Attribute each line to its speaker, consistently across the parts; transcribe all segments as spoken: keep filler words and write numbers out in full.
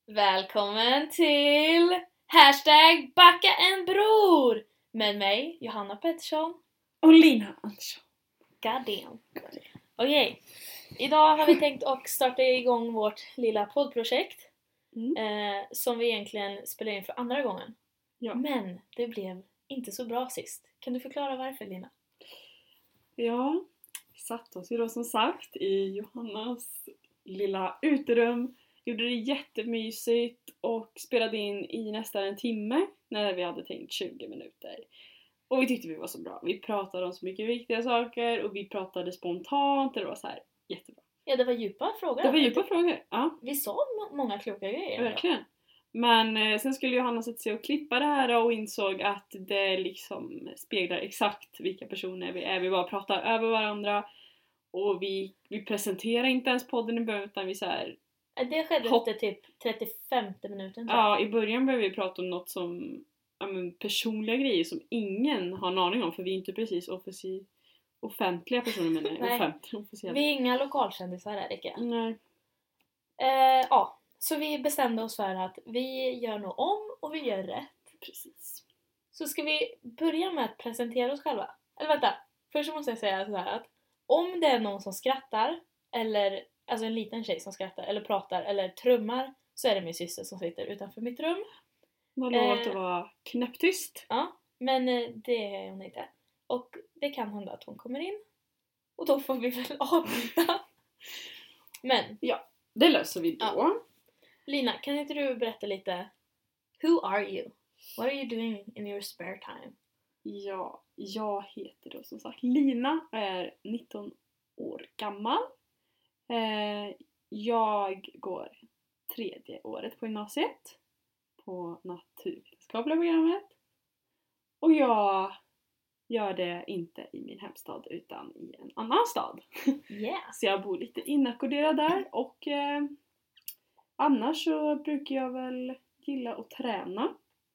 Speaker 1: Välkommen till hashtag backa en bror med mig, Johanna Pettersson
Speaker 2: och Lina Andersson.
Speaker 1: God damn. Okej, okay. Idag har vi tänkt att starta igång vårt lilla poddprojekt
Speaker 2: mm.
Speaker 1: eh, som vi egentligen spelar in för andra gången.
Speaker 2: Ja.
Speaker 1: Men det blev inte så bra sist. Kan du förklara varför, Lina?
Speaker 2: Ja, vi satt oss ju då som sagt i Johannas lilla uterum. Gjorde det jättemysigt och spelade in i nästan en timme när vi hade tänkt tjugo minuter. Och vi tyckte vi var så bra. Vi pratade om så mycket viktiga saker och vi pratade spontant. Det var så här jättebra.
Speaker 1: Ja, det var djupa frågor.
Speaker 2: Det var djupa frågor, ja.
Speaker 1: Vi sa må- många kloka grejer.
Speaker 2: Verkligen. Men eh, sen skulle Johanna sätta sig och klippa det här och insåg att det liksom speglar exakt vilka personer vi är. Vi bara pratar över varandra och vi, vi presenterar inte ens podden i början utan vi så här.
Speaker 1: Det skedde
Speaker 2: Hopp.
Speaker 1: efter typ trettiofemte minuten.
Speaker 2: Ja, i början började vi prata om något som ja, men, personliga grejer som ingen har en aning om för vi är inte precis offici- offentliga personer men nej, offentliga, officiella.
Speaker 1: Vi är inga lokalkändisar här, Rika.
Speaker 2: Nej.
Speaker 1: Eh, ja, så vi bestämde oss för att vi gör nog om och vi gör rätt.
Speaker 2: Precis.
Speaker 1: Så ska vi börja med att presentera oss själva. Eller vänta, först måste jag säga så här att om det är någon som skrattar eller alltså en liten tjej som skrattar eller pratar eller trummar så är det min syster som sitter utanför mitt rum.
Speaker 2: Man lovar
Speaker 1: Eh.
Speaker 2: att vara knäpptyst.
Speaker 1: Ja, men eh, det är hon inte. Och det kan hända att hon kommer in. Och då får vi väl avbryta. Men
Speaker 2: Ja, det löser vi då.
Speaker 1: Ja. Lina, kan inte du berätta lite? Who are you? What are you doing in your spare time?
Speaker 2: Ja, jag heter då som sagt Lina, är nitton år gammal. Eh, jag går tredje året på gymnasiet på naturvetenskapliga programmet. Och jag gör det inte i min hemstad utan i en annan stad.
Speaker 1: Yeah.
Speaker 2: Så jag bor lite inackorderad där och eh, annars så brukar jag väl gilla att träna.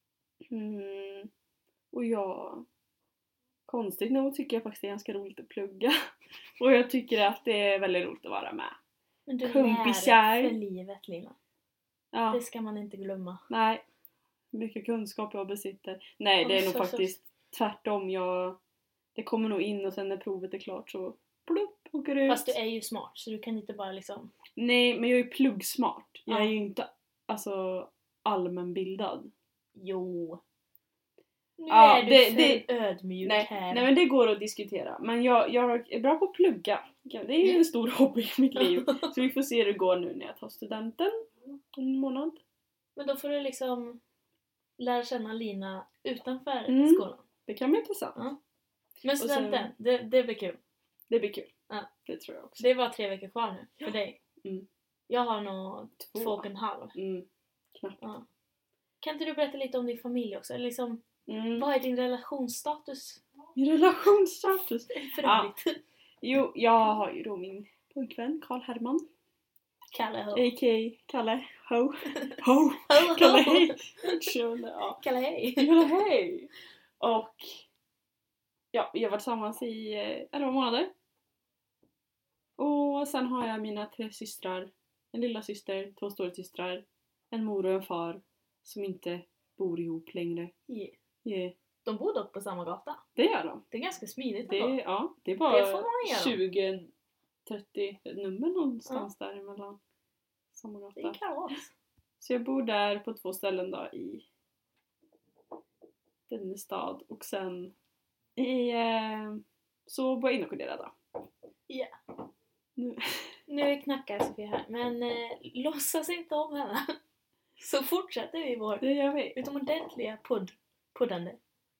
Speaker 2: Mm. Och jag, konstigt nog tycker jag faktiskt det är ganska roligt att plugga. Och jag tycker att det är väldigt roligt att vara med.
Speaker 1: Men du
Speaker 2: Kompisar.
Speaker 1: lär för livet, Lina.
Speaker 2: Ja,
Speaker 1: Det ska man inte glömma.
Speaker 2: nej. Mycket kunskap jag besitter. Nej, det är
Speaker 1: Oh,
Speaker 2: nog
Speaker 1: så,
Speaker 2: faktiskt tvärtom. Jag, det kommer nog in och sen när provet är klart så plupp, åker ut.
Speaker 1: Fast du är ju smart så du kan inte bara liksom...
Speaker 2: Nej, men jag är pluggsmart. Jag
Speaker 1: Ja.
Speaker 2: är ju inte alltså allmänbildad.
Speaker 1: Jo. Nu
Speaker 2: Ja,
Speaker 1: är du
Speaker 2: det-
Speaker 1: för
Speaker 2: det-
Speaker 1: ödmjuk
Speaker 2: Nej,
Speaker 1: här.
Speaker 2: nej, men det går att diskutera. Men jag, jag är bra på att plugga. Ja, det är ju en stor hobby i mitt liv. Så vi får se hur det går nu när jag tar studenten. En månad.
Speaker 1: Men då får du liksom lära känna Lina utanför
Speaker 2: Mm.
Speaker 1: skolan.
Speaker 2: Det kan bli intressant.
Speaker 1: Ja. Men
Speaker 2: sen-
Speaker 1: studenten, det, det blir kul.
Speaker 2: Det blir kul.
Speaker 1: Ja.
Speaker 2: Det tror jag också.
Speaker 1: Det är bara tre veckor kvar nu för dig.
Speaker 2: Mm.
Speaker 1: Jag har nog
Speaker 2: Två.
Speaker 1: två och en halv.
Speaker 2: Mm. Knappt.
Speaker 1: Ja. Kan inte du berätta lite om din familj också? Eller liksom,
Speaker 2: Mm.
Speaker 1: vad är din relationsstatus?
Speaker 2: Min relationsstatus.
Speaker 1: För
Speaker 2: Ja.
Speaker 1: övrigt.
Speaker 2: Jo, jag har ju då min pojkvän Karl Herman.
Speaker 1: Kalle Ho.
Speaker 2: A K A Kalle Ho. Ho.
Speaker 1: Ho, ho.
Speaker 2: Kalle hej. Ja.
Speaker 1: Kalle hej.
Speaker 2: Kalle hej. Och ja, vi har varit tillsammans i eh, elva månader. Och sen har jag mina tre systrar. En lilla syster, två stora systrar, en mor och en far som inte bor ihop längre.
Speaker 1: Yeah.
Speaker 2: Yeah.
Speaker 1: De bor dock på samma gata.
Speaker 2: Det gör de.
Speaker 1: Det är ganska smidigt
Speaker 2: Det,
Speaker 1: ändå.
Speaker 2: ja, det är bara
Speaker 1: Det får man göra.
Speaker 2: tjugo trettio nummer någonstans däremellan. Samma
Speaker 1: Det är
Speaker 2: gata.
Speaker 1: kalas.
Speaker 2: Så jag bor där på två ställen då i denna stad. Och sen i, eh, så bor jag inackorderad då.
Speaker 1: Ja.
Speaker 2: Nu.
Speaker 1: Nu knackar Sofia här. Men eh, låtsas inte om henne. Så fortsätter vi vår
Speaker 2: Det gör vi.
Speaker 1: utomordentliga podd, poddande.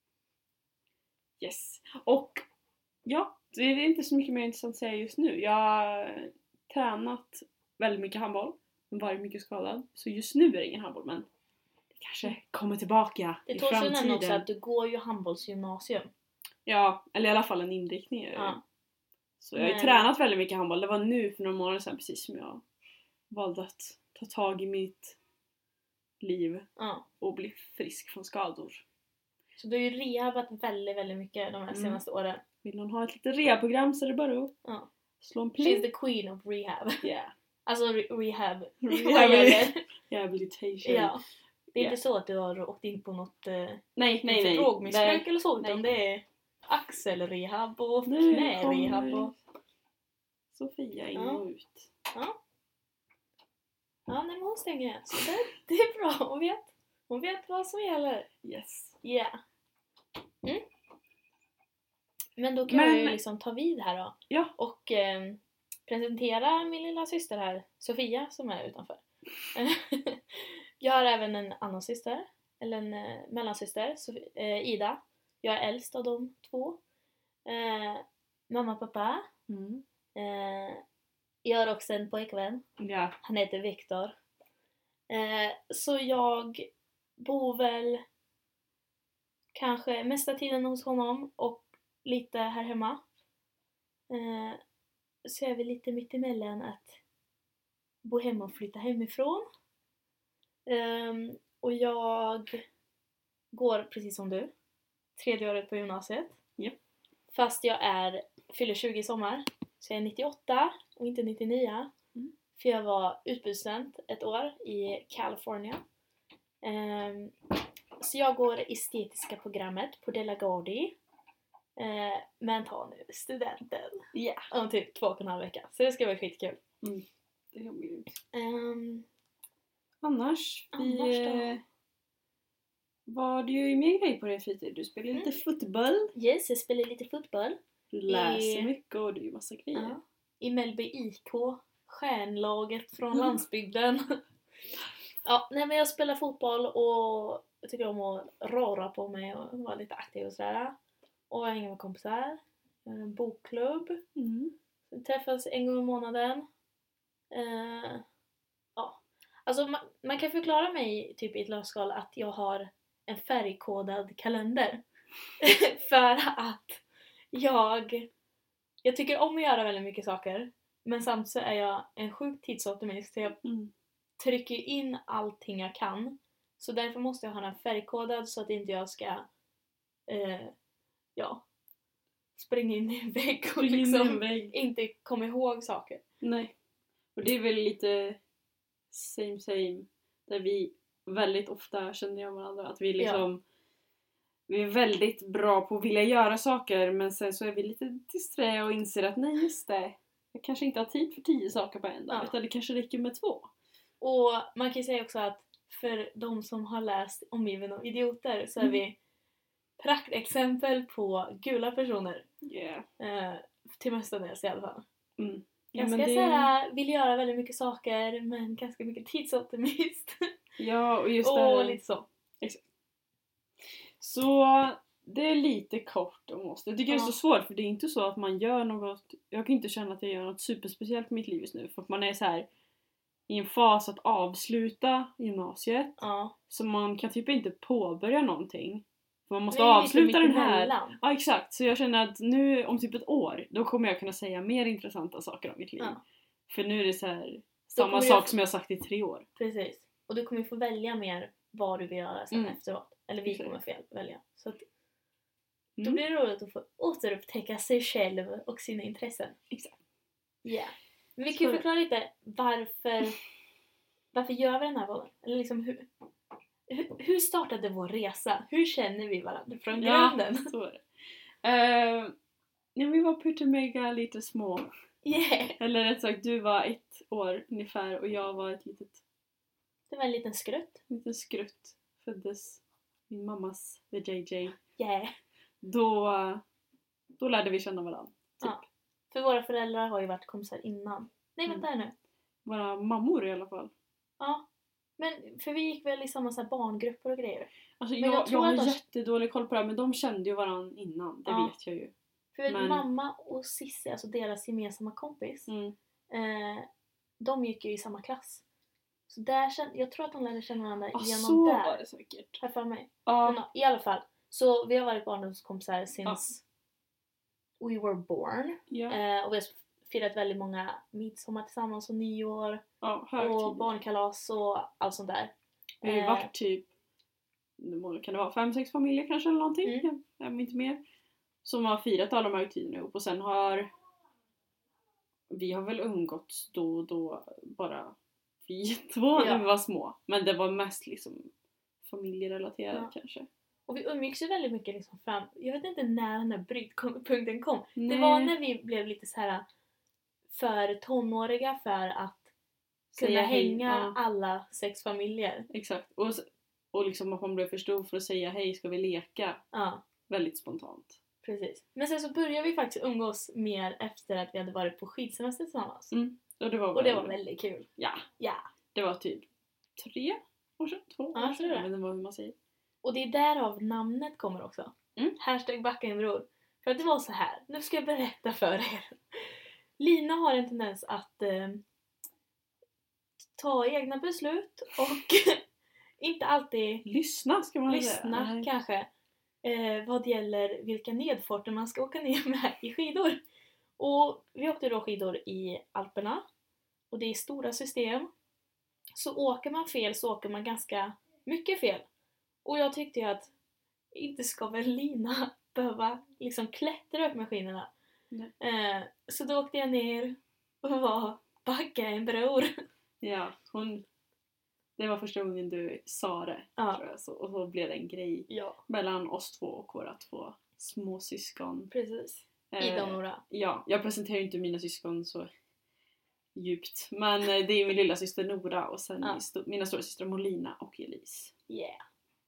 Speaker 2: Yes. Och ja, det är inte så mycket mer intressant att säga just nu. Jag har tränat väldigt mycket handboll. Men varit mycket skadad. Så just nu är det ingen handboll, men det kanske kommer tillbaka
Speaker 1: Det
Speaker 2: i
Speaker 1: tog sig
Speaker 2: framtiden.
Speaker 1: nämligen också att du går ju handbollsgymnasium.
Speaker 2: Ja, eller i alla fall en inriktning. är det.
Speaker 1: Ja.
Speaker 2: Så jag har ju
Speaker 1: Men-
Speaker 2: tränat väldigt mycket handboll. Det var nu för några månader sedan precis som jag valde att ta tag i mitt liv
Speaker 1: Ja.
Speaker 2: och bli frisk från skador.
Speaker 1: Så du har ju rehabat väldigt, väldigt mycket de här
Speaker 2: Mm.
Speaker 1: senaste åren.
Speaker 2: Vill någon ha ett litet rehabprogram så är det bara att
Speaker 1: Ja.
Speaker 2: slå en
Speaker 1: She's
Speaker 2: pling.
Speaker 1: the queen of rehab.
Speaker 2: Yeah.
Speaker 1: Alltså re- rehab. Vad
Speaker 2: Rehab.
Speaker 1: gäller?
Speaker 2: Ja, rehabilitation.
Speaker 1: Ja. Det är
Speaker 2: Yeah.
Speaker 1: inte så att du har åkt in på något eh,
Speaker 2: Nej, nej, nej.
Speaker 1: drogmissbruk
Speaker 2: Nej.
Speaker 1: eller så, utan
Speaker 2: Nej.
Speaker 1: det är axelrehab och
Speaker 2: Nu
Speaker 1: knärehab
Speaker 2: kommer
Speaker 1: och...
Speaker 2: Sofia in
Speaker 1: Ja.
Speaker 2: och ut.
Speaker 1: Ja. Ja, nej, men hon stänger igen. Så det, det är bra. Hon vet, hon vet vad som gäller.
Speaker 2: Yes.
Speaker 1: Ja. Yeah. Mm. Men då kan
Speaker 2: Men-
Speaker 1: jag ju liksom ta vid här då.
Speaker 2: Ja.
Speaker 1: Och eh, presentera min lilla syster här, Sofia, som är utanför. Jag har även en annan syster, eller en eh, mellansyster, Sof- eh, Ida. Jag är äldst av de två. Eh, mamma och pappa.
Speaker 2: Mm.
Speaker 1: Eh, jag har också en pojkvän.
Speaker 2: Ja.
Speaker 1: Han heter Viktor. Eh, så jag bor väl kanske mesta tiden hos honom och lite här hemma. Eh, så är vi lite mitt emellan att bo hemma och flytta hemifrån. Um, och jag går precis som du. Tredje året på gymnasiet.
Speaker 2: Japp.
Speaker 1: Fast jag är fyller tjugo i sommar. Så jag är nittioåtta och inte nittionio.
Speaker 2: Mm.
Speaker 1: För jag var utbytesstudent ett år i California. Um, så jag går estetiska programmet på De La Gardie. Uh, men tar nu studenten.
Speaker 2: Ja.
Speaker 1: Om typ två och en halv vecka. Så det ska bli skitkul.
Speaker 2: Mm. Det kommer ju ut.
Speaker 1: Um,
Speaker 2: Annars, vi...
Speaker 1: Annars då?
Speaker 2: eh, Vad du gör ju mer grej på din fritid? Du spelar lite fotboll.
Speaker 1: yes, jag spelar lite fotboll.
Speaker 2: Du läser
Speaker 1: I-
Speaker 2: mycket och du gör massa grejer.
Speaker 1: Ja. I Mellby I K, stjärnlaget från
Speaker 2: Mm.
Speaker 1: landsbygden. Ja, nej men jag spelar fotboll och jag tycker om att röra på mig och vara lite aktiv och sådär. Och jag hänger med kompisar. Jag har en bokklubb.
Speaker 2: Mm.
Speaker 1: Vi träffas en gång i månaden. Eh, ja. Alltså man, man kan förklara mig typ i ett lösskal att jag har en färgkodad kalender. För att jag jag tycker om att göra väldigt mycket saker. Men samtidigt så är jag en sjuk tidsoptimist. Så jag
Speaker 2: Mm.
Speaker 1: trycker in allting jag kan. Så därför måste jag ha den färgkodad så att inte jag ska eh, ja springa in i en vägg och
Speaker 2: Spring in i en
Speaker 1: liksom
Speaker 2: vägg.
Speaker 1: inte komma ihåg saker.
Speaker 2: Nej. Och det är väl lite same same. Där vi väldigt ofta känner jag varandra. Att vi liksom... Vi är väldigt bra på att vilja göra saker. Men sen så är vi lite disträ och inser att nej just det. Jag kanske inte har tid för tio saker på en dag.
Speaker 1: Ja.
Speaker 2: Utan det kanske räcker med två.
Speaker 1: Och man kan ju säga också att för de som har läst Omgiven av idioter så är
Speaker 2: Mm.
Speaker 1: vi praktexempel på gula personer.
Speaker 2: Yeah.
Speaker 1: Eh, till mestadels i alla fall.
Speaker 2: Mm. Ja,
Speaker 1: Ganska
Speaker 2: men det...
Speaker 1: såhär, vill göra väldigt mycket saker men ganska mycket tidsoptimist.
Speaker 2: ja och just
Speaker 1: och
Speaker 2: det.
Speaker 1: lite så.
Speaker 2: Så det är lite kort om oss. Jag tycker det är
Speaker 1: Ja.
Speaker 2: så svårt för det är inte så att man gör något. Jag kan inte känna att jag gör något superspeciellt i mitt liv just nu. För att man är så här i en fas att avsluta gymnasiet.
Speaker 1: Ja.
Speaker 2: Så man kan typ inte påbörja någonting. För man måste
Speaker 1: Det är lite
Speaker 2: avsluta den här.
Speaker 1: mittemellan.
Speaker 2: Ja exakt. Så jag känner att nu om typ ett år. Då kommer jag kunna säga mer intressanta saker om mitt liv.
Speaker 1: Ja.
Speaker 2: För nu är det så här
Speaker 1: Då
Speaker 2: samma
Speaker 1: kommer
Speaker 2: sak
Speaker 1: jag-
Speaker 2: som jag har sagt i tre år.
Speaker 1: Precis. Och du kommer ju få välja mer vad du vill göra sen
Speaker 2: Mm.
Speaker 1: efteråt. Eller vi
Speaker 2: Precis.
Speaker 1: kommer fel välja. Så att då
Speaker 2: Mm.
Speaker 1: blir det roligt att få återupptäcka sig själv och sina intressen.
Speaker 2: Exakt.
Speaker 1: Ja. Men vi
Speaker 2: Så
Speaker 1: kan ju
Speaker 2: är det.
Speaker 1: förklara lite varför varför gör vi den här podden? Eller liksom hur, hur, hur startade vår resa? Hur känner vi varandra från
Speaker 2: Ja,
Speaker 1: grunden?
Speaker 2: så är det. Uh, ja, vi var pyttemega lite små.
Speaker 1: Yeah.
Speaker 2: Eller rätt sagt, du var ett år ungefär och jag var ett litet,
Speaker 1: Det var en liten skrutt.
Speaker 2: litet skrutt. Föddes min mammas The J J.
Speaker 1: Yeah.
Speaker 2: Då, då lärde vi känna varandra. Typ.
Speaker 1: Ja. För våra föräldrar har ju varit kompisar innan. Nej,
Speaker 2: Mm.
Speaker 1: vänta här nu.
Speaker 2: Våra mammor i alla fall.
Speaker 1: Ja. Men för vi gick väl i samma så här barngrupper och grejer.
Speaker 2: Alltså
Speaker 1: Men
Speaker 2: jag,
Speaker 1: jag
Speaker 2: jag,
Speaker 1: tror
Speaker 2: har
Speaker 1: att de-
Speaker 2: jättedålig koll på det här, men de kände ju varandra innan. Det
Speaker 1: Ja.
Speaker 2: vet jag ju.
Speaker 1: För
Speaker 2: Men-
Speaker 1: mamma och Cissi, alltså deras gemensamma kompis,
Speaker 2: Mm.
Speaker 1: eh, de gick ju i samma klass. Så där kände, jag tror att de lärde känna varandra
Speaker 2: Ja,
Speaker 1: genom
Speaker 2: så
Speaker 1: där.
Speaker 2: var det säkert.
Speaker 1: Här för mig.
Speaker 2: Ja.
Speaker 1: Men, ja, i alla fall. Så vi har varit barndomskompisar since we were born.
Speaker 2: Ja.
Speaker 1: Eh, och vi har firat väldigt många midsommar tillsammans och nyår.
Speaker 2: Ja,
Speaker 1: Och
Speaker 2: högtid.
Speaker 1: barnkalas och allt sånt där.
Speaker 2: Vi har ju
Speaker 1: Eh.
Speaker 2: varit typ, hur många kan det vara, fem, sex familjer kanske eller någonting,
Speaker 1: Mm.
Speaker 2: jag vet inte mer. Som har firat alla de här högtiderna ihop och sen har vi har väl umgåtts då och då bara vi två
Speaker 1: Ja.
Speaker 2: när vi var små. Men det var mest liksom familjerelaterat
Speaker 1: Ja.
Speaker 2: kanske.
Speaker 1: Och vi umgicks ju väldigt mycket liksom fram. Jag vet inte när den här brytpunkten kom.
Speaker 2: Nej.
Speaker 1: Det var när vi blev lite så här för tonåriga för att kunna
Speaker 2: Säga hej,
Speaker 1: hänga
Speaker 2: ja.
Speaker 1: alla sex familjer.
Speaker 2: Exakt. Och, s- och liksom att man blev för stor för att säga hej, ska vi leka?
Speaker 1: Ja,
Speaker 2: Väldigt spontant.
Speaker 1: precis. Men sen så började vi faktiskt umgås mer efter att vi hade varit på skidsemester tillsammans.
Speaker 2: Mm. Och det var
Speaker 1: Och det
Speaker 2: väl-
Speaker 1: var väldigt kul.
Speaker 2: Ja,
Speaker 1: Ja.
Speaker 2: det var typ tre år sedan, två
Speaker 1: Ja,
Speaker 2: år
Speaker 1: jag tror
Speaker 2: sedan.
Speaker 1: det.
Speaker 2: Jag vet inte vad hur man säger.
Speaker 1: Och det är därav namnet kommer också.
Speaker 2: Mm.
Speaker 1: Hashtag backa en bror. För att det var så här. Nu ska jag berätta för er. Lina har en tendens att eh, ta egna beslut och inte alltid
Speaker 2: Lyssna ska man säga.
Speaker 1: lyssna
Speaker 2: Nej.
Speaker 1: kanske eh, vad gäller vilka nedfarter man ska åka ner med i skidor. Och vi åkte då skidor i Alperna. Och det är stora system. Så åker man fel så åker man ganska mycket fel. Och jag tyckte ju att inte ska väl Lina behöva liksom klättra upp maskinerna.
Speaker 2: Nej.
Speaker 1: Eh, så då åkte jag ner och var backa en bror.
Speaker 2: Ja, hon... Det var första gången du sa det,
Speaker 1: Ja.
Speaker 2: tror jag. Så, och så blev det en grej
Speaker 1: Ja,
Speaker 2: mellan oss två och våra två småsyskon.
Speaker 1: precis.
Speaker 2: Eh,
Speaker 1: Ida och Nora.
Speaker 2: Ja, jag presenterar ju inte mina syskon så djupt. Men eh, det är min lilla syster Nora och sen
Speaker 1: Ja.
Speaker 2: min sto- mina stora systrar Molina och Elise.
Speaker 1: Yeah.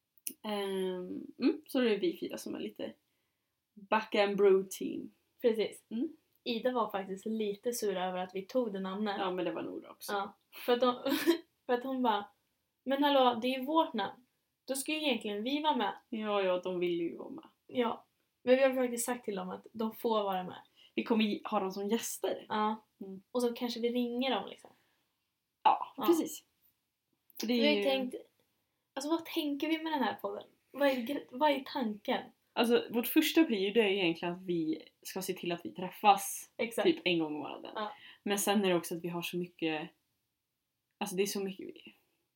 Speaker 2: Ehm, mm, så det är vi fyra som är lite backa and bro team.
Speaker 1: Precis.
Speaker 2: Mm.
Speaker 1: Ida var faktiskt lite sur över att vi tog det namnet.
Speaker 2: Ja, men det var Nora också.
Speaker 1: Ja, för att, de, för att hon bara, men hallå, det är ju vårt namn. Då ska ju egentligen vi vara med.
Speaker 2: Ja, ja, de vill ju vara med.
Speaker 1: Ja, men vi har faktiskt sagt till dem att de får vara med.
Speaker 2: Vi kommer ge- ha dem som gäster.
Speaker 1: Ja,
Speaker 2: Mm.
Speaker 1: och så kanske vi ringer dem liksom.
Speaker 2: Ja,
Speaker 1: Ja.
Speaker 2: precis. För det
Speaker 1: Vi har
Speaker 2: är
Speaker 1: ju
Speaker 2: ju...
Speaker 1: tänkt, alltså vad tänker vi med den här podden? Vad är, gre- vad är tanken?
Speaker 2: Alltså, vårt första prio det är ju egentligen att vi ska se till att vi träffas
Speaker 1: Exakt.
Speaker 2: typ en gång i månaden.
Speaker 1: Ja.
Speaker 2: Men sen är det också att vi har så mycket... Alltså det är så mycket... vi-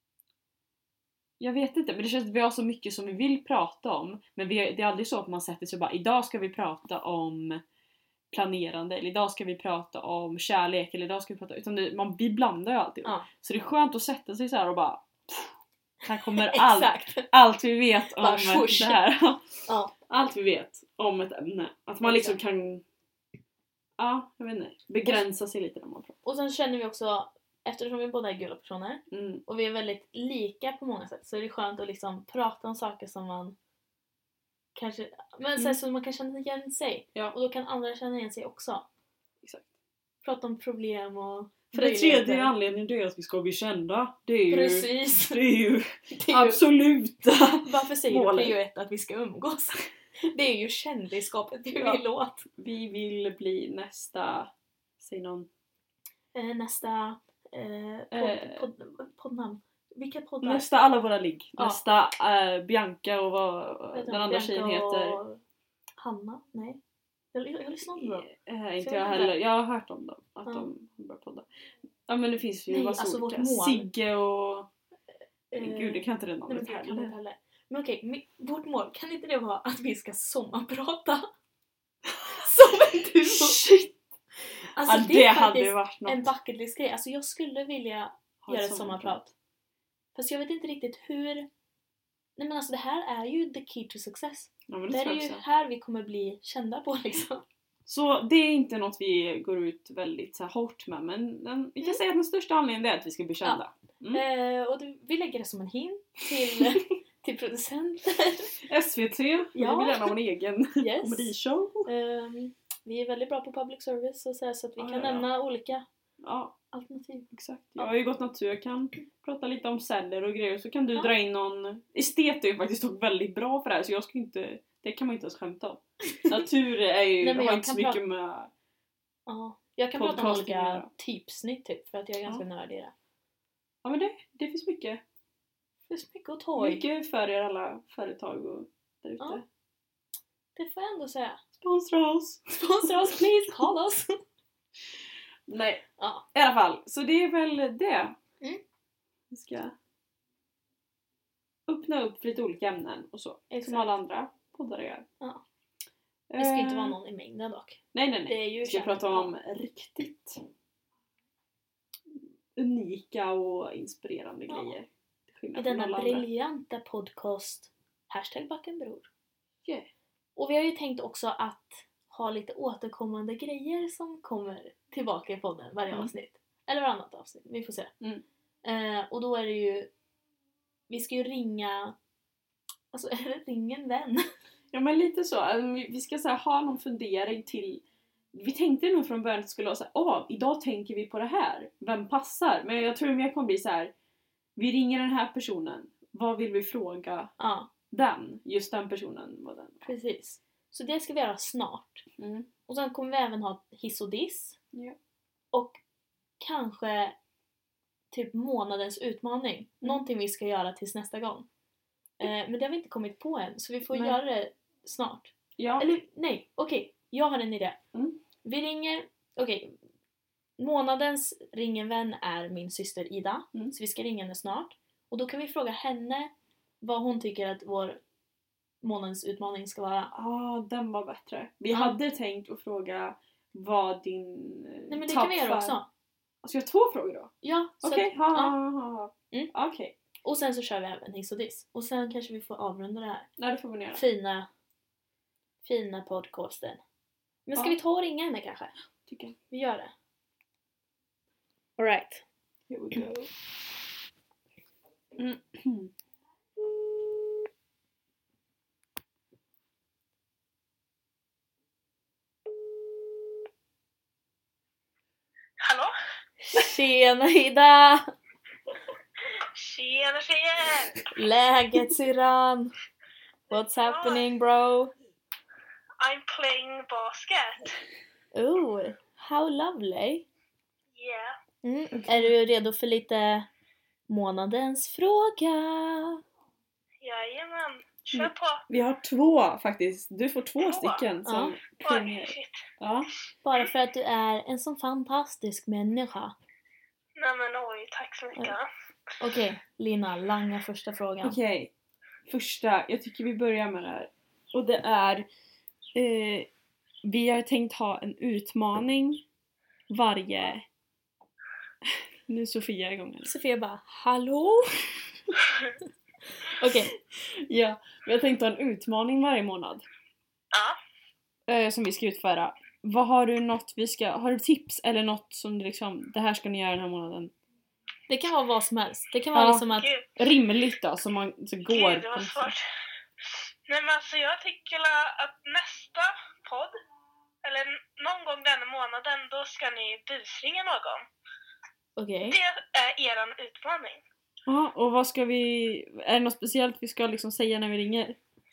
Speaker 2: Jag vet inte, men det känns att vi har så mycket som vi vill prata om. Men vi, det är aldrig så att man sätter sig och bara, idag ska vi prata om planerande, eller idag ska vi prata om kärlek, eller idag ska vi prata... Utan det, man, vi blandar ju alltid.
Speaker 1: Ja.
Speaker 2: Så det är skönt att sätta sig så här och bara... Här kommer allt,
Speaker 1: Exakt.
Speaker 2: allt vi vet om
Speaker 1: Bara swoosh.
Speaker 2: det här.
Speaker 1: Ja.
Speaker 2: Allt vi vet om ett ämne. Att man liksom kan... Ja, jag vet inte. Begränsa sig lite när man pratar.
Speaker 1: Och sen känner vi också, eftersom vi båda är gula personer
Speaker 2: Mm.
Speaker 1: och vi är väldigt lika på många sätt, så är det skönt att liksom prata om saker som man kanske, men så,
Speaker 2: Mm.
Speaker 1: här, så man kan känna igen sig.
Speaker 2: Ja.
Speaker 1: Och då kan andra känna igen sig också.
Speaker 2: Exakt.
Speaker 1: Prata om problem och
Speaker 2: För det
Speaker 1: möjligheter.
Speaker 2: tredje anledningen det är att vi ska bli kända. Det är ju...
Speaker 1: Precis.
Speaker 2: Det är ju
Speaker 1: Det är ju,
Speaker 2: absoluta.
Speaker 1: varför säger du
Speaker 2: målet.
Speaker 1: prio ett att vi ska umgås? Det är ju kändisskapet vi
Speaker 2: Ja.
Speaker 1: vill åt.
Speaker 2: Vi vill bli nästa... Säg någon...
Speaker 1: Eh, nästa eh, podd,
Speaker 2: Eh.
Speaker 1: podd, poddnamn. Vilka poddar?
Speaker 2: Nästa alla våra ligg.
Speaker 1: Ja.
Speaker 2: Nästa eh, Bianca och vad
Speaker 1: Vad heter
Speaker 2: den
Speaker 1: de?
Speaker 2: andra
Speaker 1: Bianca
Speaker 2: tjejen heter.
Speaker 1: och Hanna? Nej. Jag, jag, jag lyssnar inte på dem.
Speaker 2: Eh, inte
Speaker 1: Så
Speaker 2: jag
Speaker 1: jag vet
Speaker 2: heller. Jag har hört om dem. Att
Speaker 1: Ja.
Speaker 2: de börjar podda. Ja men det finns ju
Speaker 1: Nej,
Speaker 2: massa
Speaker 1: alltså
Speaker 2: olika.
Speaker 1: vårt mål.
Speaker 2: Sigge och...
Speaker 1: Eh,
Speaker 2: Gud, det kan inte det
Speaker 1: Nej, men
Speaker 2: namnet
Speaker 1: det kan jag
Speaker 2: heller.
Speaker 1: inte heller. Men okej, mi- vårt mål, kan inte det vara att vi ska sommarprata? Som en duo!
Speaker 2: Shit!
Speaker 1: Alltså
Speaker 2: Ja,
Speaker 1: det,
Speaker 2: det
Speaker 1: är
Speaker 2: hade
Speaker 1: faktiskt
Speaker 2: varit något.
Speaker 1: en bucket list grej. Alltså jag skulle vilja
Speaker 2: Ha
Speaker 1: göra ett sommarprat. Fast jag vet inte riktigt hur... Nej men alltså det här är ju the key to success.
Speaker 2: Ja, men det
Speaker 1: Det är
Speaker 2: tror jag
Speaker 1: ju
Speaker 2: också.
Speaker 1: här vi kommer bli kända på liksom.
Speaker 2: Så det är inte något vi går ut väldigt så här, hårt med. Men den, vi kan
Speaker 1: Mm.
Speaker 2: säga att den största anledningen är att vi ska bli kända. Mm.
Speaker 1: Eh, och det, vi lägger det som en hint till, till producenter.
Speaker 2: S V T,
Speaker 1: Ja.
Speaker 2: vi vill gärna ha en egen
Speaker 1: Yes.
Speaker 2: komedishow.
Speaker 1: Ehm, vi är väldigt bra på public service och så, här, så att vi
Speaker 2: Ja,
Speaker 1: kan
Speaker 2: ja, ja.
Speaker 1: nämna olika
Speaker 2: Ja,
Speaker 1: alternativ.
Speaker 2: exakt. Jag har ju gått natur, jag kan prata lite om celler och grejer. Så kan du
Speaker 1: Ja.
Speaker 2: dra in någon... Estet är ju faktiskt dock väldigt bra för det här så jag ska inte... Det kan man inte ens skämta om. Natur är ju,
Speaker 1: Nej, men
Speaker 2: har
Speaker 1: jag
Speaker 2: inte så
Speaker 1: kan
Speaker 2: mycket med...
Speaker 1: Ja, jag kan prata om
Speaker 2: Podcasting,
Speaker 1: olika
Speaker 2: ja.
Speaker 1: typsnitt typ för att jag är ganska
Speaker 2: Ja.
Speaker 1: nördig i det.
Speaker 2: Ja men det, det finns mycket.
Speaker 1: Det finns mycket att ta i.
Speaker 2: Mycket för er alla företag och där ute.
Speaker 1: Ja. Det får jag ändå säga.
Speaker 2: Sponsra oss!
Speaker 1: Sponsra oss please, call us!
Speaker 2: Nej,
Speaker 1: Ja,
Speaker 2: i alla fall. Så det är väl det.
Speaker 1: Mm.
Speaker 2: Vi ska öppna upp för lite olika ämnen och så.
Speaker 1: exakt.
Speaker 2: Som alla andra poddar gör.
Speaker 1: Ja. Det ska inte
Speaker 2: Eh,
Speaker 1: vara någon i mängden dock.
Speaker 2: Nej, nej,
Speaker 1: Det
Speaker 2: nej.
Speaker 1: är ju
Speaker 2: Vi ska
Speaker 1: känt.
Speaker 2: prata om riktigt unika och inspirerande
Speaker 1: Ja.
Speaker 2: grejer.
Speaker 1: I denna briljanta podcast hashtag Backenbror.
Speaker 2: Yeah.
Speaker 1: Och vi har ju tänkt också att ha lite återkommande grejer som kommer tillbaka i podden varje
Speaker 2: Mm.
Speaker 1: avsnitt. Eller varannat avsnitt, vi får se.
Speaker 2: Mm.
Speaker 1: Eh, och då är det ju, vi ska ju ringa, alltså är det ring en vän?
Speaker 2: Ja, men lite så. Alltså, vi vi ska så här, ha någon fundering till... Vi tänkte nog från början att det skulle vara så här, åh, idag tänker vi på det här. Vem passar? Men jag tror det mer kommer bli så här, vi ringer den här personen. Vad vill vi fråga
Speaker 1: Ja,
Speaker 2: den? Just den personen. Vad den var.
Speaker 1: precis. Så det ska vi göra snart.
Speaker 2: Mm.
Speaker 1: Och sen kommer vi även ha hiss och diss.
Speaker 2: Ja.
Speaker 1: Och kanske typ månadens utmaning.
Speaker 2: Mm.
Speaker 1: Någonting vi ska göra tills nästa gång. Eh, men det har vi inte kommit på än. Så vi får
Speaker 2: Nej.
Speaker 1: göra det snart.
Speaker 2: Ja.
Speaker 1: Eller nej, okej. Jag har en idé.
Speaker 2: Mm.
Speaker 1: Vi ringer, okej. Månadens ring en vän är min syster Ida.
Speaker 2: Mm.
Speaker 1: Så vi ska ringa henne snart. Och då kan vi fråga henne vad hon tycker att vår månadens utmaning ska vara.
Speaker 2: Ja, ah, den var bättre. Vi
Speaker 1: Ja.
Speaker 2: hade tänkt att fråga vad din
Speaker 1: Nej, men det kan vi göra också.
Speaker 2: Ska jag ha två frågor då?
Speaker 1: Ja, så
Speaker 2: Okej,
Speaker 1: att-
Speaker 2: ha,
Speaker 1: ja.
Speaker 2: ha, ha, ha.
Speaker 1: Mm.
Speaker 2: Okej.
Speaker 1: Och sen så kör vi även hiss och diss. Och sen kanske vi får avrunda det här.
Speaker 2: Nej, det får vi göra.
Speaker 1: Fina, fina podcasten. Men ska
Speaker 2: Ja.
Speaker 1: vi ta och ringa henne kanske?
Speaker 2: Tycker jag.
Speaker 1: Vi gör det. Alright.
Speaker 2: Here we go. Mm.
Speaker 3: Hallå?
Speaker 1: Tjena Ida!
Speaker 3: Tjena tjejer!
Speaker 1: Läget syrran? What's happening bro?
Speaker 3: I'm playing basket.
Speaker 1: Oh, how lovely.
Speaker 3: Yeah.
Speaker 1: Mm. Är du redo för lite månadens fråga?
Speaker 3: Jajamän. Kör
Speaker 2: Mm.
Speaker 3: på.
Speaker 2: Vi har två faktiskt. Du får två
Speaker 3: Två?
Speaker 2: stycken som
Speaker 1: Ja.
Speaker 2: premier.
Speaker 3: Oj, shit.
Speaker 2: Ja.
Speaker 1: Bara för att du är en sån fantastisk människa.
Speaker 3: Nej men oj, tack så mycket.
Speaker 1: Okej, Lina, langa första frågan.
Speaker 2: Okej. Första. Jag tycker vi börjar med det här. Och det är... Eh, vi har tänkt ha en utmaning varje... Nu är Sofia igång. Här.
Speaker 1: Sofia bara, hallå? Okej,
Speaker 2: Ja, vi har tänkt ha en utmaning varje månad.
Speaker 3: Ja.
Speaker 2: Eh, som vi ska utföra. Vad har du något vi ska... Har du tips eller något som du liksom... Det här ska ni göra den här månaden.
Speaker 1: det kan vara vad som helst. Det kan vara
Speaker 2: Ja.
Speaker 1: liksom att...
Speaker 3: Gud,
Speaker 2: Rimligt då, så man så går...
Speaker 3: Gud det var svårt. Nej men alltså jag tycker att nästa podd, eller någon gång denna månaden, då ska ni busringa någon.
Speaker 1: Okej.
Speaker 3: Det är eran utmaning.
Speaker 2: Ja, och vad ska vi... Är det något speciellt vi ska liksom säga när vi ringer?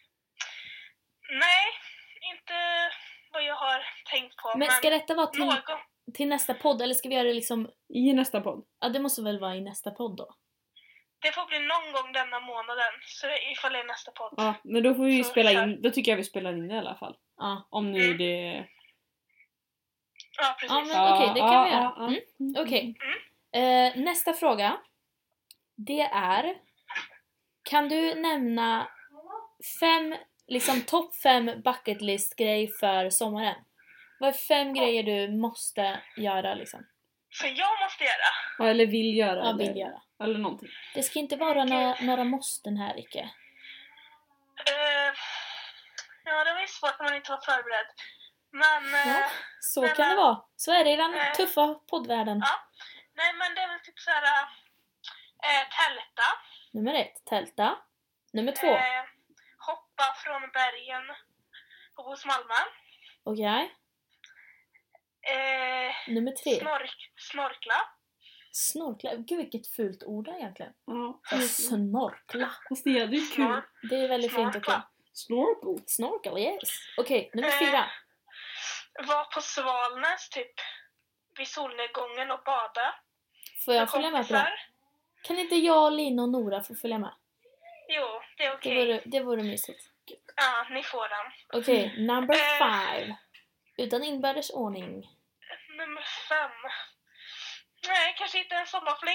Speaker 3: Nej, inte vad jag har tänkt på.
Speaker 1: Men ska detta vara till,
Speaker 3: någon...
Speaker 1: till nästa podd? Eller ska vi göra det liksom...
Speaker 2: I nästa podd.
Speaker 1: Ja, det måste väl vara i nästa podd då?
Speaker 3: Det får bli någon gång denna månaden, så ifall det är nästa podd.
Speaker 2: Ja, men då får vi ju
Speaker 3: Så
Speaker 2: spela
Speaker 3: kör.
Speaker 2: in... Då tycker jag vi spelar in det i alla fall.
Speaker 1: Ja.
Speaker 2: Om nu
Speaker 3: Mm.
Speaker 2: det...
Speaker 3: Ja, precis.
Speaker 1: Ja, men okej, det kan vi göra.
Speaker 2: ja.
Speaker 1: Mm. Okej. Eh, nästa fråga. Det är... Kan du nämna fem, liksom topp fem bucket list grej för sommaren? Vad är fem grejer du måste göra liksom?
Speaker 3: Så jag måste göra.
Speaker 2: Ja, eller vill göra.
Speaker 1: Ja,
Speaker 2: eller,
Speaker 1: vill göra.
Speaker 2: Eller någonting.
Speaker 1: Det ska inte vara några, några måsten här, Icke.
Speaker 3: Uh, ja, det var ju svårt när man inte var förberedd. Men, eh,
Speaker 1: Ja, så
Speaker 3: men,
Speaker 1: kan det
Speaker 3: eh,
Speaker 1: vara. Så är det i den
Speaker 3: eh,
Speaker 1: tuffa poddvärlden.
Speaker 3: ja. Nej men det är väl typ såhär, eh, tälta.
Speaker 1: Nummer ett, tälta. Nummer två,
Speaker 3: Eh, hoppa från bergen hos Malmö.
Speaker 1: okej.
Speaker 3: Eh,
Speaker 1: Nummer tre,
Speaker 3: snork, snorkla.
Speaker 1: snorkla. Gud vilket fult ord egentligen.
Speaker 2: Ja.
Speaker 1: Snorkla.
Speaker 2: Fast det är ju kul.
Speaker 3: Snor-
Speaker 1: Det är väldigt fint och kul.
Speaker 3: Snorkla.
Speaker 2: Snorkel.
Speaker 1: Snorkel, yes. Okej, nummer
Speaker 3: Eh,
Speaker 1: fyra.
Speaker 3: Var på Svalnäs typ vid solnedgången och bada.
Speaker 1: Får jag
Speaker 3: med
Speaker 1: följa med på det?
Speaker 3: kompisar.
Speaker 1: Kan inte jag, Lina och Nora få följa med?
Speaker 3: Jo, det är
Speaker 1: Det
Speaker 3: okej.
Speaker 1: vore, det vore mysigt.
Speaker 3: Ja, ni får den.
Speaker 1: Okej, number
Speaker 3: Eh.
Speaker 1: five. Utan inbördes ordning.
Speaker 3: Nummer fem. Nej, kanske inte en sommarfling.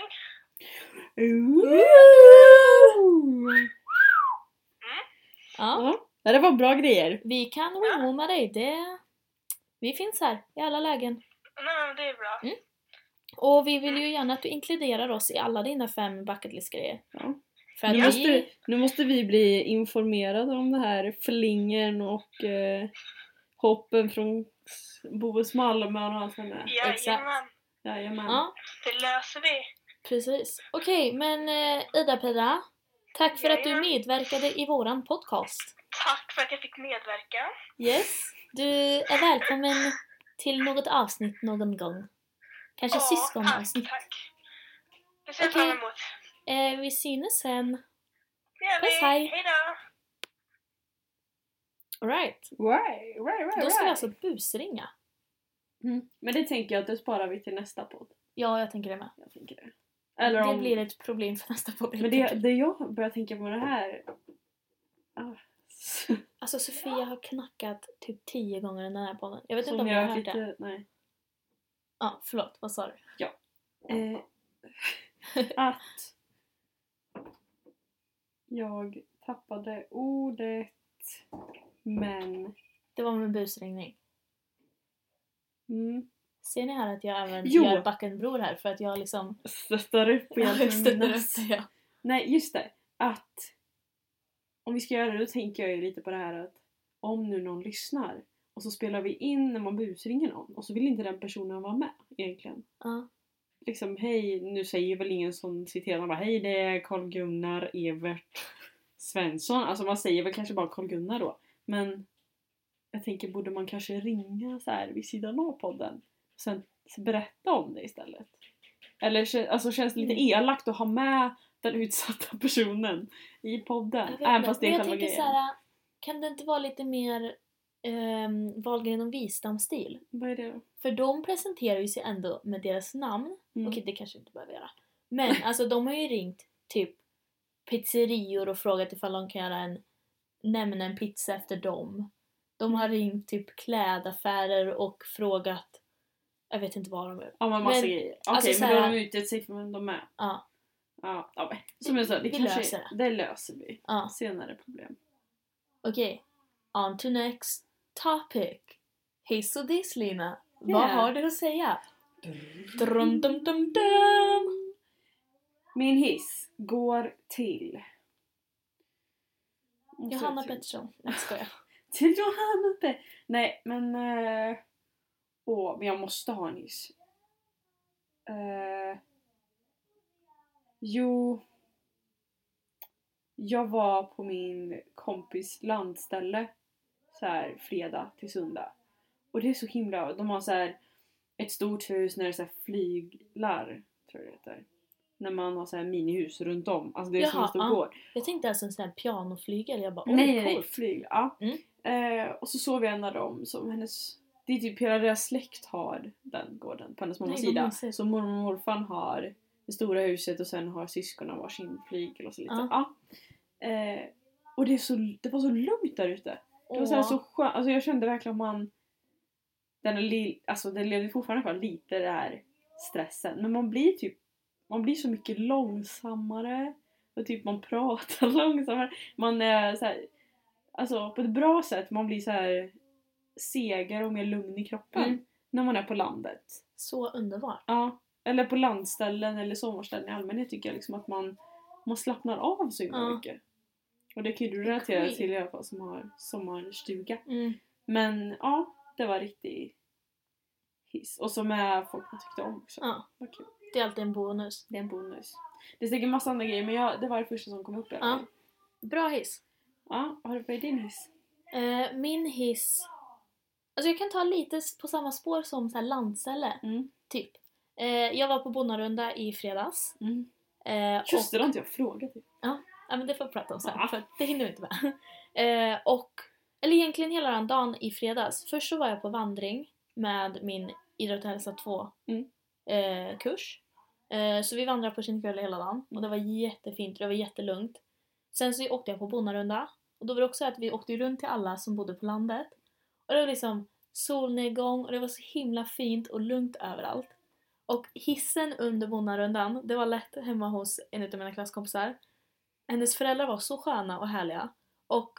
Speaker 1: Ja,
Speaker 2: Ja, det var bra grejer.
Speaker 1: vi kan ringa med dig. Det... Vi finns här i alla lägen.
Speaker 3: Nej, men det är bra.
Speaker 1: Mm. Och vi vill ju gärna att du inkluderar oss i alla dina fem bucketlist-grejer.
Speaker 2: Ja.
Speaker 1: För att
Speaker 2: Nu,
Speaker 1: vi...
Speaker 2: måste, nu måste vi bli informerade om det här flingen och eh, hoppen från Bohus Malmö och allt sånt där.
Speaker 3: Jajamän,
Speaker 2: Jajamän.
Speaker 1: Ja,
Speaker 3: det löser vi.
Speaker 1: precis. Okej, men eh, Ida-Pira, tack för att du
Speaker 3: Jajamän.
Speaker 1: medverkade i våran podcast.
Speaker 3: Tack för att jag fick medverka.
Speaker 1: Yes, du är välkommen till något avsnitt någon gång. Kanske
Speaker 3: Ja,
Speaker 1: syskonavsnitt.
Speaker 3: Tack, tack. Det ser jag
Speaker 1: Okej.
Speaker 3: fram emot.
Speaker 1: Eh, vi synes sen.
Speaker 3: Det gör
Speaker 1: Puss,
Speaker 3: vi.
Speaker 1: hej.
Speaker 3: Hej då.
Speaker 1: Alright,
Speaker 2: Right, right, right,
Speaker 1: då ska vi
Speaker 2: right.
Speaker 1: alltså busringa.
Speaker 2: Mm. Men det tänker jag att det sparar vi till nästa podd.
Speaker 1: Ja, jag tänker det med.
Speaker 2: Jag tänker det. Eller
Speaker 1: det
Speaker 2: om...
Speaker 1: blir ett problem för nästa podd.
Speaker 2: Men det, det jag börjar tänka på det här... Ah.
Speaker 1: Alltså Sofia har knackat typ tio gånger den här podden. Jag vet
Speaker 2: Som
Speaker 1: inte om
Speaker 2: jag
Speaker 1: jag har
Speaker 2: har
Speaker 1: hört
Speaker 2: lite...
Speaker 1: det.
Speaker 2: Nej.
Speaker 1: Ja, förlåt. Vad sa du?
Speaker 2: Eh, att jag tappade ordet, men...
Speaker 1: Det var med busringning.
Speaker 2: Mm,
Speaker 1: Ser ni här att jag även
Speaker 2: Jo.
Speaker 1: gör Backenbror här för att jag liksom...
Speaker 2: stöttar upp igen
Speaker 1: jag
Speaker 2: med
Speaker 1: stöttar
Speaker 2: mina-
Speaker 1: upp det, ja.
Speaker 2: Nej, just det. Att om vi ska göra det, då tänker jag ju lite på det här att om nu någon lyssnar och så spelar vi in när man busringer någon och så vill inte den personen vara med egentligen.
Speaker 1: Ja.
Speaker 2: Liksom, hej, nu säger väl ingen som citerar bara hej, det är Carl-Gunnar Evert Svensson. Alltså man säger väl kanske bara Carl-Gunnar då. Men jag tänker, borde man kanske ringa så här vid sidan av podden och sen berätta om det istället? Eller alltså, känns det lite
Speaker 1: Mm.
Speaker 2: elakt att ha med den utsatta personen i podden?
Speaker 1: Jag vet
Speaker 2: Även
Speaker 1: inte.
Speaker 2: fast det är
Speaker 1: Men jag
Speaker 2: själva
Speaker 1: tänker
Speaker 2: grejen.
Speaker 1: så här, kan det inte vara lite mer um, Wahlgren och Wistam-stil?
Speaker 2: Vad är det då?
Speaker 1: För de presenterar ju sig ändå med deras namn.
Speaker 2: Mm.
Speaker 1: Okej, det kanske inte behöver göra. Men alltså de har ju ringt typ pizzerior och frågat ifall de kan göra en nämna en pizza efter dem. De har ringt typ klädaffärer och frågat, jag vet inte vad de gör.
Speaker 2: Ja, men massa
Speaker 1: Men,
Speaker 2: grejer. Okej,
Speaker 1: alltså,
Speaker 2: men
Speaker 1: så
Speaker 2: då har
Speaker 1: här-
Speaker 2: de utgett sig för de med.
Speaker 1: Ja,
Speaker 2: Ja, ja men, som jag sa, det
Speaker 1: Vi
Speaker 2: kanske
Speaker 1: löser det.
Speaker 2: det löser vi.
Speaker 1: ja.
Speaker 2: Senare problem.
Speaker 1: Okej. On to next topic. Hiss och diss, Lina. Vad
Speaker 2: Yeah.
Speaker 1: har du att säga? Drum, dum, dum, dum.
Speaker 2: Min hiss går till... Och så
Speaker 1: Johanna
Speaker 2: till-
Speaker 1: Pettersson. Nej, ska jag.
Speaker 2: Till Johanna Pe- Nej, men... eh, Åh, men jag måste ha en hiss. Eh, jo... Jag var på min kompis landställe så här fredag till söndag. Och det är så himla... De har så här ett stort hus när det är så här flyglar, tror jag det heter. När man har så här minihus runt om. Alltså det är som
Speaker 1: Jaha,
Speaker 2: en stor
Speaker 1: ja.
Speaker 2: gård.
Speaker 1: Jag tänkte alltså en sån här pianoflygel. Jag bara, oj,
Speaker 2: Nej, nej, nej,
Speaker 1: coolt.
Speaker 2: flyg. Ja.
Speaker 1: Mm.
Speaker 2: Eh, och så såg vi en av dem som hennes... Det är typ hela deras släkt har den gården på hennes mammas
Speaker 1: Nej, vad
Speaker 2: sida.
Speaker 1: mysigt.
Speaker 2: Så mormor och morfar har det stora huset och sen har syskonen varsin flygel och så lite.
Speaker 1: Ja.
Speaker 2: Ja. Eh, och det, är så, det var så lugnt där ute. Det var så, här
Speaker 1: Åh.
Speaker 2: så skönt. Alltså jag kände verkligen att man... Den, är li, alltså den levde fortfarande kvar lite det här stressen. Men man blir typ... Man blir så mycket långsammare. Och typ man pratar långsammare. Man är så här... Alltså på ett bra sätt. Man blir så här segare och mer lugn i kroppen.
Speaker 1: Mm.
Speaker 2: När man är på landet.
Speaker 1: Så underbart.
Speaker 2: Ja. Eller på landställen eller sommarställen i allmänhet tycker jag liksom att man, man slappnar av så himla
Speaker 1: Ja.
Speaker 2: mycket. Och det kan ju du relatera
Speaker 1: Agree.
Speaker 2: till i alla fall som har sommarstuga.
Speaker 1: Mm.
Speaker 2: Men ja, det var riktigt hiss. Och som är folk man tyckte om också.
Speaker 1: Ja,
Speaker 2: Vad kul.
Speaker 1: det är alltid en bonus.
Speaker 2: Det är en bonus. Det är säkert massa andra grejer men jag, det var det första som kom upp i alla
Speaker 1: Ja.
Speaker 2: fall.
Speaker 1: Bra hiss.
Speaker 2: Ja, vad har du för din hiss?
Speaker 1: Eh, min hiss... Alltså jag kan ta lite på samma spår som så här landställe.
Speaker 2: Mm.
Speaker 1: Typ. Eh, jag var på Bonnarunda i fredags.
Speaker 2: Mm.
Speaker 1: Eh,
Speaker 2: Just det, det har inte jag frågat.
Speaker 1: Ja, men det får vi prata om sen.
Speaker 2: Ja.
Speaker 1: För det hinner vi inte med. Eh, och, eller egentligen hela den dagen i fredags. Först så var jag på vandring med min Idrott och hälsa två
Speaker 2: Mm.
Speaker 1: eh, kurs. Eh, så vi vandrade på Kinnekullen hela dagen. Och det var jättefint och det var jättelugnt. Sen så åkte jag på Bonnarunda. Och då var det också att vi åkte runt till alla som bodde på landet. Och det var liksom solnedgång och det var så himla fint och lugnt överallt. Och hissen under Bonnarundan, det var lätt hemma hos en av mina klasskompisar. Hennes föräldrar var så sköna och härliga. Och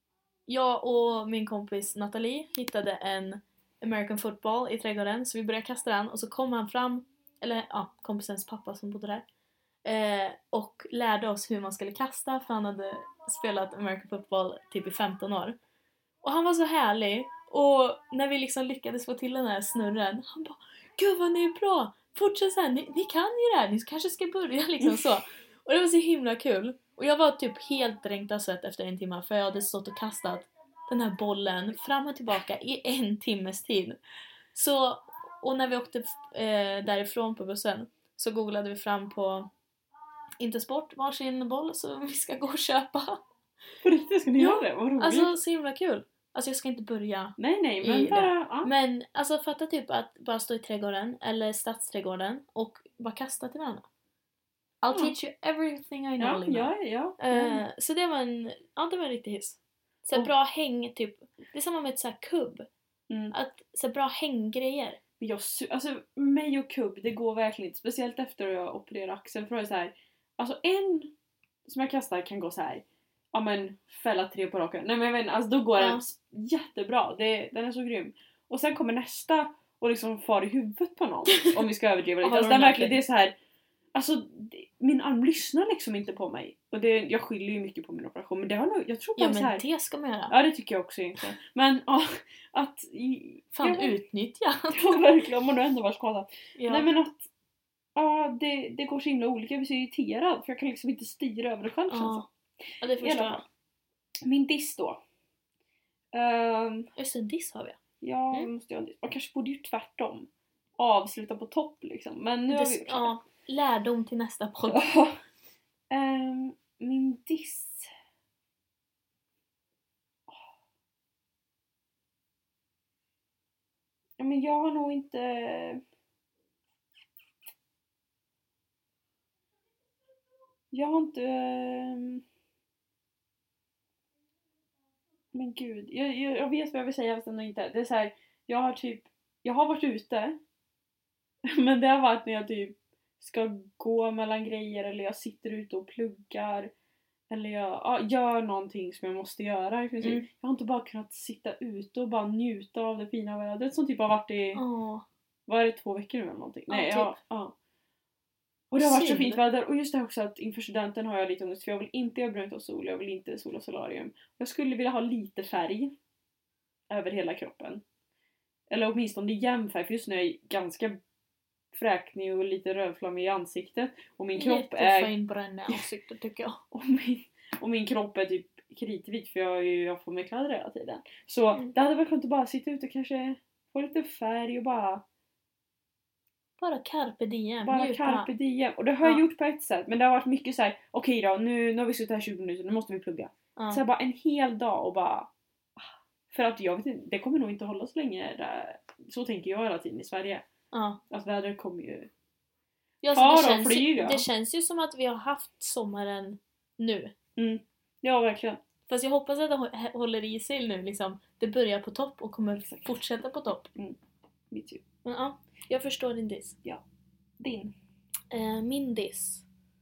Speaker 1: jag och min kompis Nathalie hittade en American football i trädgården. Så vi började kasta den och så kom han fram eller ja, kompisens pappa som bodde där. Eh, och lärde oss hur man skulle kasta, för han hade spelat American football typ i femton år. Och han var så härlig. Och när vi liksom lyckades få till den här snurren, han bara, gud vad ni är bra, fortsätt så här, ni, ni kan ju det här, ni kanske ska börja liksom så. Och det var så himla kul. Och jag var typ helt dränkt av svett efter en timme, för jag hade stått och kastat den här bollen fram och tillbaka i en timmes tid. Så, och när vi åkte eh, därifrån på bussen så googlade vi fram på Intersport varsin boll så vi ska gå och köpa.
Speaker 2: På riktigt ska ni
Speaker 1: Ja,
Speaker 2: göra det? Vad roligt.
Speaker 1: Alltså så himla kul. Alltså jag ska inte börja.
Speaker 2: Nej, nej,
Speaker 1: i
Speaker 2: men
Speaker 1: det.
Speaker 2: bara... Ja.
Speaker 1: Men alltså fatta typ att bara stå i trädgården eller stadsträdgården och bara kasta till varandra. I'll
Speaker 2: Ja.
Speaker 1: teach you everything I know,
Speaker 2: Ja,
Speaker 1: Lina.
Speaker 2: ja, ja. ja.
Speaker 1: Eh, så det var en, ja det var en riktig hiss. Så här
Speaker 2: Och-
Speaker 1: bra häng typ, det är samma med ett så här kubb.
Speaker 2: Mm.
Speaker 1: Att så här bra hänggrejer.
Speaker 2: Men jag, su- alltså mig och kubb, det går verkligen inte. Speciellt efter att jag opererade axeln. För då är det så här, alltså en som jag kastar kan gå så här. Ja men fälla tre på raken. Nej men jag vet inte, alltså då går
Speaker 1: Ja.
Speaker 2: den s- jättebra. Det, den är så grym. Och sen kommer nästa och liksom far i huvudet på någon. Om vi ska överdriva lite.
Speaker 1: Har
Speaker 2: Alltså
Speaker 1: du
Speaker 2: den
Speaker 1: den
Speaker 2: verkligen, det
Speaker 1: verkligen?
Speaker 2: är så här. Alltså det, min arm lyssnar liksom inte på mig. Och det, jag skyller ju mycket på min operation. Men det har nog, jag tror bara
Speaker 1: Ja
Speaker 2: så här.
Speaker 1: men det ska man göra.
Speaker 2: Ja det tycker jag också egentligen. Men ja, att... i-
Speaker 1: Fan
Speaker 2: ja,
Speaker 1: utnyttja.
Speaker 2: ja verkligen, om man nu ändå var skadad.
Speaker 1: Ja.
Speaker 2: Nej men att ja, det, det går så himla olika. Jag blir så irriterad för jag kan liksom inte styra över det själv. känns
Speaker 1: Ja. Ja det
Speaker 2: det. I
Speaker 1: förstår
Speaker 2: alla
Speaker 1: jag.
Speaker 2: fall. Min diss då. Um,
Speaker 1: Just en diss har vi.
Speaker 2: ja,
Speaker 1: Mm.
Speaker 2: måste jag ha en diss. Man kanske borde ju tvärtom. Avsluta på topp liksom. Men nu
Speaker 1: Det,
Speaker 2: har vi gjort så här.
Speaker 1: ja, lärdom till nästa podd.
Speaker 2: Ja. Ehm, min diss. Ja, men jag har nog inte... Jag har inte... ehm, Men gud, jag, jag, jag vet vad jag vill säga fast ändå inte. Det är så här, jag har typ... Jag har varit ute. Men det har varit när jag typ ska gå mellan grejer eller jag sitter ute och pluggar. Eller jag ja, gör någonting som jag måste göra i princip.
Speaker 1: Mm.
Speaker 2: Jag har inte bara kunnat sitta ute och bara njuta av det fina vädret som typ har varit i...
Speaker 1: Åh.
Speaker 2: Vad är det, två veckor nu eller någonting?
Speaker 1: Ja,
Speaker 2: Nej,
Speaker 1: typ.
Speaker 2: ja, ja. Och det har varit så
Speaker 1: Synd.
Speaker 2: fint väder. Och just det också att inför studenten har jag lite ångest. För jag vill inte göra brunt och sol. Jag vill inte sola solarium. Jag skulle vilja ha lite färg. Över hela kroppen. Eller åtminstone jämn färg. För just nu är jag ganska fräknig och lite rödflammig i ansiktet. Och min kropp är...
Speaker 1: Jättefin bränna i ansiktet tycker jag.
Speaker 2: Och min, och min kropp är typ kritvit. För jag, är ju- jag får mig kläder hela tiden. Så
Speaker 1: Mm.
Speaker 2: det hade varit skönt att bara sitta ute och kanske få lite färg och bara...
Speaker 1: Bara carpe diem.
Speaker 2: Bara
Speaker 1: njuta.
Speaker 2: carpe diem. Och det har jag
Speaker 1: Ja.
Speaker 2: gjort på ett sätt. Men det har varit mycket så här: okej då, nu, nu har vi suttit här tjugo minuter, nu måste vi plugga.
Speaker 1: Ja.
Speaker 2: Så här, bara en hel dag och bara... För att jag vet inte, det kommer nog inte hålla så länge. Där. Så tänker jag hela tiden i Sverige.
Speaker 1: Ja.
Speaker 2: Att vädret kommer ju...
Speaker 1: Ja, så
Speaker 2: Fara
Speaker 1: det,
Speaker 2: och
Speaker 1: känns ju,
Speaker 2: flyga.
Speaker 1: det känns ju som att vi har haft sommaren nu.
Speaker 2: Mm. Ja, verkligen.
Speaker 1: Fast jag hoppas att det hå- håller i sig nu liksom. Det börjar på topp och kommer
Speaker 2: Exakt.
Speaker 1: fortsätta på topp.
Speaker 2: Mitt ju.
Speaker 1: Men ja, jag förstår din diss.
Speaker 2: Din.
Speaker 1: Eh, min diss.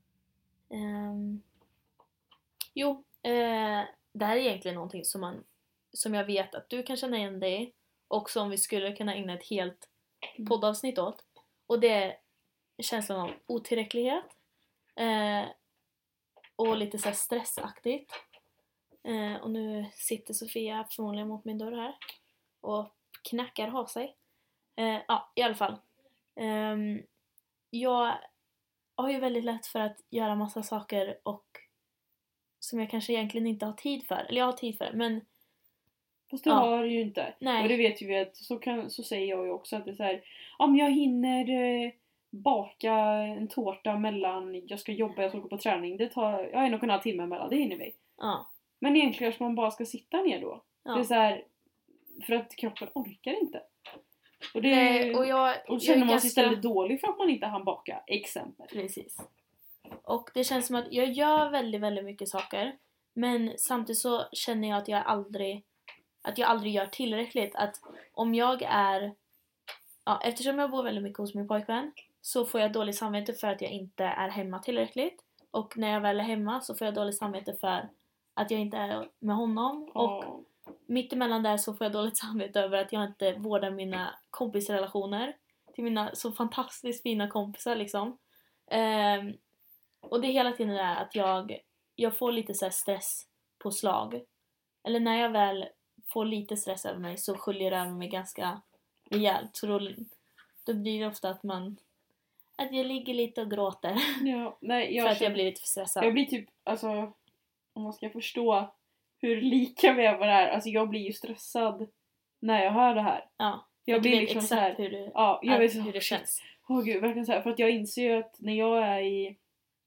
Speaker 1: Ehm, jo, eh, det här är egentligen någonting som man som jag vet att du kan känna igen dig i och som vi skulle kunna ägna ett helt poddavsnitt åt. Och det är känslan av otillräcklighet eh, och lite så här stressaktigt. Eh, och nu sitter Sofia förmodligen mot min dörr här och knackar ha sig. Eh, ja, i alla fall. Ehm, jag har ju väldigt lätt för att göra massa saker och som jag kanske egentligen inte har tid för. Eller jag har tid för, men
Speaker 2: Fast det
Speaker 1: Ja.
Speaker 2: har du ju inte.
Speaker 1: nej.
Speaker 2: Och det vet ju vi att så, kan, så säger jag ju också att det är så här: om jag hinner eh, baka en tårta mellan jag ska jobba och jag ska gå på träning. Det tar ja, en och en halv timme mellan, det hinner vi.
Speaker 1: Ja,
Speaker 2: Men egentligen kanske man bara ska sitta ner då. Det är
Speaker 1: ja.
Speaker 2: så här, för att kroppen orkar inte. Och, det,
Speaker 1: Nej, och jag,
Speaker 2: och
Speaker 1: jag
Speaker 2: känner
Speaker 1: är
Speaker 2: man sig
Speaker 1: ganska-
Speaker 2: istället dålig för att man inte hann baka. Exempel.
Speaker 1: Precis. Och det känns som att jag gör väldigt, väldigt mycket saker. Men samtidigt så känner jag att jag aldrig att jag aldrig gör tillräckligt. Att om jag är ja, eftersom jag bor väldigt mycket hos min pojkvän så får jag dåligt samvete för att jag inte är hemma tillräckligt. Och när jag väl är hemma så får jag dåligt samvete för att jag inte är med honom. Och
Speaker 2: Ja.
Speaker 1: mitt emellan där så får jag dåligt samvete över att jag inte vårdar mina kompisrelationer. till mina så fantastiskt fina kompisar liksom. Ehm, och det är hela tiden det där att jag, jag får lite så här stresspåslag. Eller när jag väl får lite stress över mig så sköljer det över mig ganska rejält. Så då, då blir det ofta att man att jag ligger lite och gråter.
Speaker 2: Ja, nej, jag
Speaker 1: för att
Speaker 2: känner,
Speaker 1: jag blir lite för stressad.
Speaker 2: jag blir typ, alltså om man ska förstå hur lika vi är på det här, alltså jag blir ju stressad när jag hör det här.
Speaker 1: Ja,
Speaker 2: jag
Speaker 1: du
Speaker 2: blir
Speaker 1: vet
Speaker 2: liksom
Speaker 1: exakt
Speaker 2: så här,
Speaker 1: hur du,
Speaker 2: ja, jag vet så,
Speaker 1: hur det känns.
Speaker 2: Åh oh, gud, verkligen så här, för att jag inser ju att när jag är i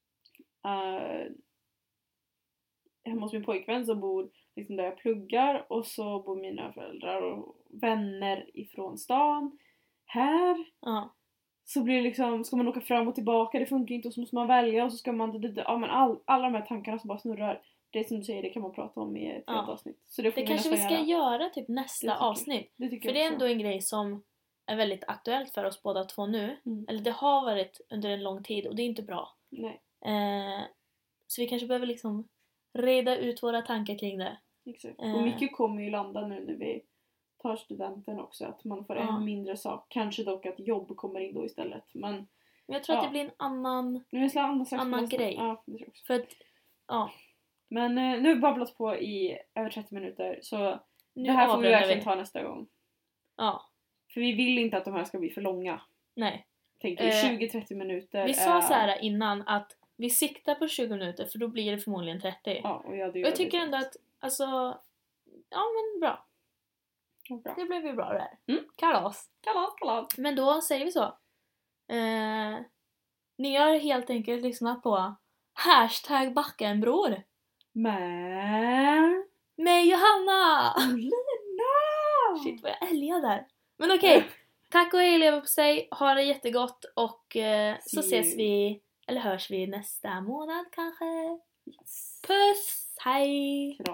Speaker 2: uh, hemma hos min pojkvän så bor liksom där jag pluggar och så bor mina föräldrar och vänner ifrån stan här.
Speaker 1: Ja.
Speaker 2: Så blir det liksom, ska man åka fram och tillbaka, det funkar inte och så måste man välja och så ska man, ja men all, alla de här tankarna som bara snurrar, det som du säger, det kan man prata om i ett
Speaker 1: Ja.
Speaker 2: helt avsnitt. Så det får
Speaker 1: Det
Speaker 2: vi
Speaker 1: kanske vi
Speaker 2: nästan
Speaker 1: ska
Speaker 2: göra.
Speaker 1: göra typ
Speaker 2: Det
Speaker 1: nästa
Speaker 2: tycker jag.
Speaker 1: avsnitt.
Speaker 2: Det tycker
Speaker 1: För
Speaker 2: jag
Speaker 1: det är
Speaker 2: också.
Speaker 1: ändå en grej som är väldigt aktuellt för oss båda två nu.
Speaker 2: Mm.
Speaker 1: Eller det har varit under en lång tid och det är inte bra.
Speaker 2: Nej,
Speaker 1: Eh, så vi kanske behöver liksom reda ut våra tankar kring det.
Speaker 2: exakt.
Speaker 1: Eh.
Speaker 2: Och mycket kommer ju landa nu när vi tar studenten också, att man får
Speaker 1: Ja.
Speaker 2: en mindre sak. Kanske dock att jobb kommer in då istället. Men
Speaker 1: Men jag tror att
Speaker 2: Ja.
Speaker 1: det blir en annan...
Speaker 2: nu är det en annan, slags
Speaker 1: Annan
Speaker 2: belastning.
Speaker 1: grej.
Speaker 2: Ja, det tror jag också.
Speaker 1: För att, ja,
Speaker 2: Men eh, nu har vi babblat på i över trettio minuter. Så
Speaker 1: nu
Speaker 2: det här får vi
Speaker 1: avrundar
Speaker 2: verkligen
Speaker 1: vi.
Speaker 2: ta nästa gång.
Speaker 1: Ja,
Speaker 2: För vi vill inte att de här ska bli för långa.
Speaker 1: nej.
Speaker 2: Tänkte vi,
Speaker 1: Eh,
Speaker 2: tjugo till trettio minuter.
Speaker 1: Vi sa
Speaker 2: är-
Speaker 1: så här innan att vi siktar på tjugo minuter för då blir det förmodligen trettio.
Speaker 2: Ja, och jag,
Speaker 1: Och jag tycker ändå att, alltså, ja men bra.
Speaker 2: Bra.
Speaker 1: Det blev ju bra det här.
Speaker 2: Mm.
Speaker 1: Kalas.
Speaker 2: Kalas, kalas.
Speaker 1: Men då säger vi så. Eh, ni har helt enkelt lyssnat på hashtag backenbror
Speaker 2: Men...
Speaker 1: med Johanna.
Speaker 2: Lina!
Speaker 1: Shit vad jag älgar där. Men okej. Tack och hej leverpastej. Ha det jättegott och eh, så
Speaker 2: See
Speaker 1: ses
Speaker 2: you.
Speaker 1: vi eller hörs vi nästa månad kanske.
Speaker 2: Yes.
Speaker 1: Puss. Hej.
Speaker 2: Kram.